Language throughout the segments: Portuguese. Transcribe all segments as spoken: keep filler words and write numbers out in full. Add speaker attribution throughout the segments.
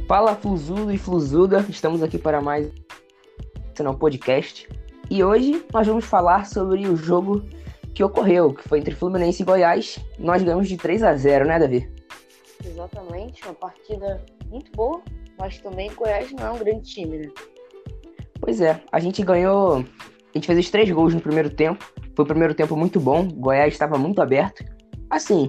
Speaker 1: Fala Fluzudo e Fluzuda, estamos aqui para mais um podcast e hoje nós vamos falar sobre o jogo que ocorreu, que foi entre Fluminense e Goiás. Nós ganhamos de três a zero, né, Davi?
Speaker 2: Exatamente, uma partida muito boa, mas também o Goiás não é um grande time, né?
Speaker 1: Pois é, a gente ganhou, a gente fez os três gols no primeiro tempo, foi um primeiro tempo muito bom, o Goiás estava muito aberto, assim,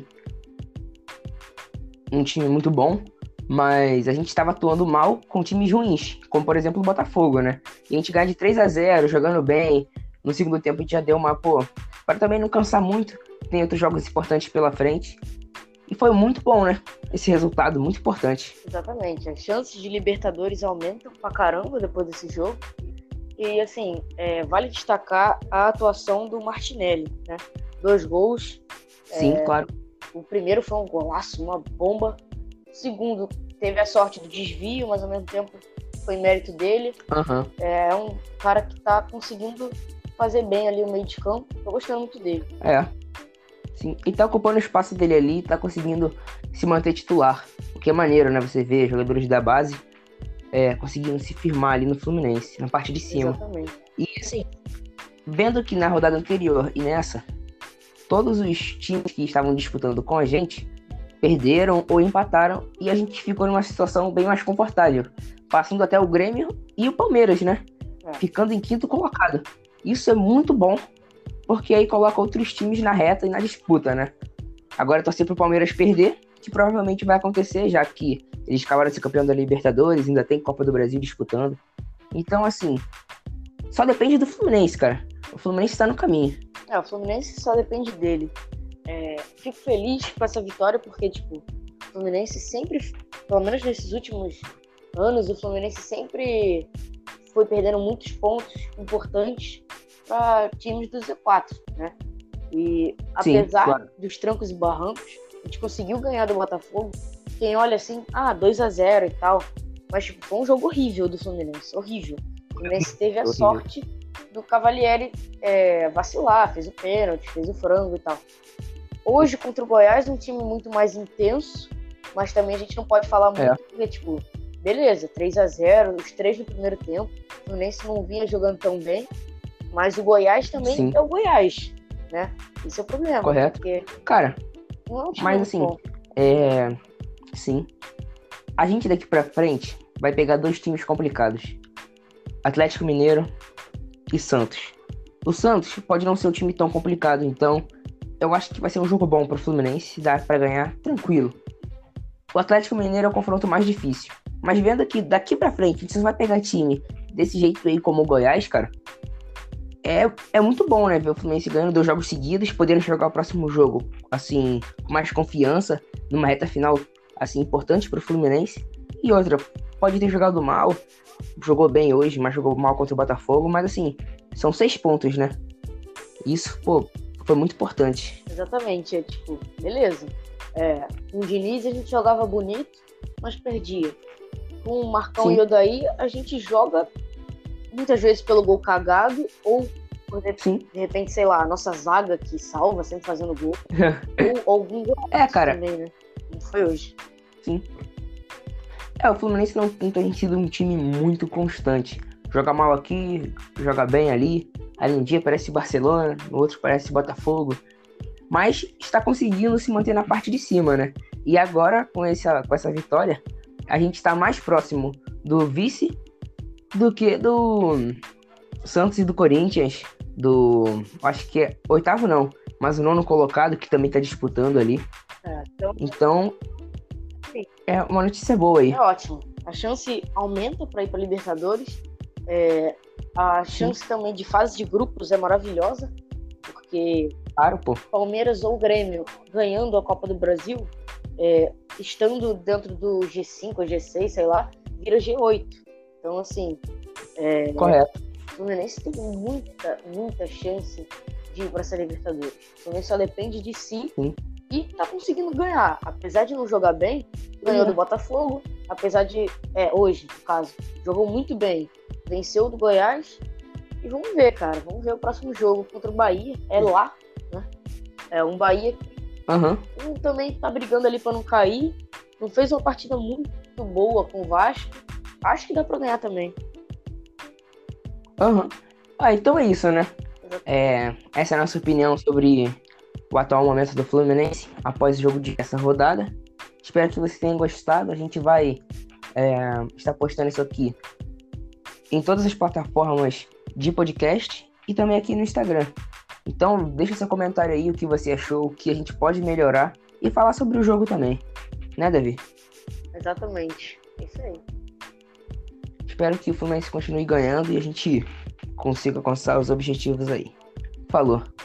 Speaker 1: um time muito bom, mas a gente estava atuando mal com times ruins, como por exemplo o Botafogo, né? E a gente ganha de três a zero, jogando bem. No segundo tempo a gente já deu uma, pô, para também não cansar muito, tem outros jogos importantes pela frente. E foi muito bom, né? Esse resultado, muito importante.
Speaker 2: Exatamente, as chances de Libertadores aumentam pra caramba depois desse jogo. E assim, é, vale destacar a atuação do Martinelli, né? Dois gols.
Speaker 1: Sim,
Speaker 2: é,
Speaker 1: claro.
Speaker 2: O primeiro foi um golaço, uma bomba. O segundo teve a sorte do desvio, mas ao mesmo tempo foi mérito dele.
Speaker 1: Uhum.
Speaker 2: É um cara que tá conseguindo fazer bem ali o meio de campo. Tô gostando muito dele.
Speaker 1: É. Sim. E tá ocupando o espaço dele ali, tá conseguindo se manter titular. O que é maneiro, né? Você vê jogadores da base é, conseguindo se firmar ali no Fluminense, na parte de cima.
Speaker 2: Exatamente.
Speaker 1: E assim, vendo que na rodada anterior e nessa, todos os times que estavam disputando com a gente perderam ou empataram e a gente ficou numa situação bem mais confortável, passando até o Grêmio e o Palmeiras, né?
Speaker 2: É.
Speaker 1: Ficando em quinto colocado. Isso é muito bom, porque aí coloca outros times na reta e na disputa, né? Agora torcer pro Palmeiras perder, que provavelmente vai acontecer, já que eles acabaram de ser campeão da Libertadores, ainda tem Copa do Brasil disputando. Então, assim, só depende do Fluminense, cara. O Fluminense tá no caminho.
Speaker 2: É, o Fluminense só depende dele. É, fico feliz com essa vitória porque, tipo, o Fluminense sempre, pelo menos nesses últimos anos, o Fluminense sempre foi perdendo muitos pontos importantes para times do Z quatro, né? E
Speaker 1: Sim,
Speaker 2: apesar
Speaker 1: claro.
Speaker 2: dos trancos e barrancos, a gente conseguiu ganhar do Botafogo. Quem olha assim, ah, dois a zero e tal, mas tipo, foi um jogo horrível do Fluminense, horrível. O Fluminense teve a
Speaker 1: Horrível.
Speaker 2: sorte do Cavalieri é, vacilar, fez o pênalti, fez o frango e tal. Hoje, contra o Goiás, um time muito mais intenso, mas também a gente não pode falar muito,
Speaker 1: É.
Speaker 2: porque, tipo, beleza, três a zero, os três no primeiro tempo, o Fluminense não vinha jogando tão bem, mas o Goiás também
Speaker 1: Sim.
Speaker 2: é o Goiás, né? Esse é o problema.
Speaker 1: Correto.
Speaker 2: Porque
Speaker 1: Cara,
Speaker 2: não é um time
Speaker 1: mas
Speaker 2: muito
Speaker 1: assim,
Speaker 2: bom.
Speaker 1: é... Sim. A gente daqui pra frente vai pegar dois times complicados. Atlético Mineiro e Santos. O Santos pode não ser um time tão complicado, então eu acho que vai ser um jogo bom pro Fluminense, dá pra ganhar tranquilo. O Atlético Mineiro é o confronto mais difícil. Mas vendo que daqui pra frente você vai pegar time desse jeito aí como o Goiás, cara, é, é muito bom, né? Ver o Fluminense ganhando dois jogos seguidos, podendo jogar o próximo jogo, assim, com mais confiança, numa reta final, assim, importante pro Fluminense. E outra, pode ter jogado mal, jogou bem hoje, mas jogou mal contra o Botafogo, mas assim, são seis pontos, né? Isso, pô, foi muito importante.
Speaker 2: Exatamente, é tipo, beleza. É, com o Diniz a gente jogava bonito, mas perdia. Com o Marcão
Speaker 1: Sim.
Speaker 2: e Odaí, a gente joga muitas vezes pelo gol cagado, ou por de,
Speaker 1: Sim.
Speaker 2: de repente, sei lá, a nossa zaga que salva, sempre fazendo gol, ou algum gol
Speaker 1: É, cara.
Speaker 2: também, né? Não foi hoje.
Speaker 1: Sim. É, o Fluminense não, não tem sido um time muito constante. Joga mal aqui, joga bem ali. Aí um dia parece Barcelona, no outro parece Botafogo. Mas está conseguindo se manter na parte de cima, né? E agora, com essa, com essa vitória, a gente está mais próximo do vice do que do Santos e do Corinthians. Do, acho que é oitavo não, mas o nono colocado, que também está disputando ali.
Speaker 2: É, então,
Speaker 1: Então,
Speaker 2: sim,
Speaker 1: é uma notícia boa aí.
Speaker 2: é ótimo. A chance aumenta para ir para Libertadores. É, a chance
Speaker 1: Sim.
Speaker 2: também de fase de grupos é maravilhosa, porque
Speaker 1: Claro, pô.
Speaker 2: Palmeiras ou Grêmio ganhando a Copa do Brasil, é, estando dentro do G cinco ou G seis, sei lá, vira G oito. Então, assim, é,
Speaker 1: Correto.
Speaker 2: o Fluminense tem muita, muita chance de ir para essa Libertadores. O Fluminense só depende de si.
Speaker 1: Sim.
Speaker 2: E tá conseguindo ganhar. Apesar de não jogar bem, ganhou
Speaker 1: Uhum.
Speaker 2: do Botafogo. Apesar de, é, hoje, no caso, jogou muito bem. Venceu do Goiás. E vamos ver, cara. Vamos ver o próximo jogo contra o Bahia. É lá, né? É um Bahia
Speaker 1: Aham.
Speaker 2: que também tá brigando ali pra não cair. Não fez uma partida muito, muito boa com o Vasco, acho que dá pra ganhar também.
Speaker 1: Aham. Ah, então é isso, né? É, essa é a nossa opinião sobre o atual momento do Fluminense após o jogo de essa rodada. Espero que vocês tenham gostado. A gente vai é, estar postando isso aqui em todas as plataformas de podcast e também aqui no Instagram. Então, deixa seu comentário aí, o que você achou, o que a gente pode melhorar e falar sobre o jogo também. Né, Davi?
Speaker 2: Exatamente. É isso aí.
Speaker 1: Espero que o Fluminense continue ganhando e a gente consiga alcançar os objetivos aí. Falou!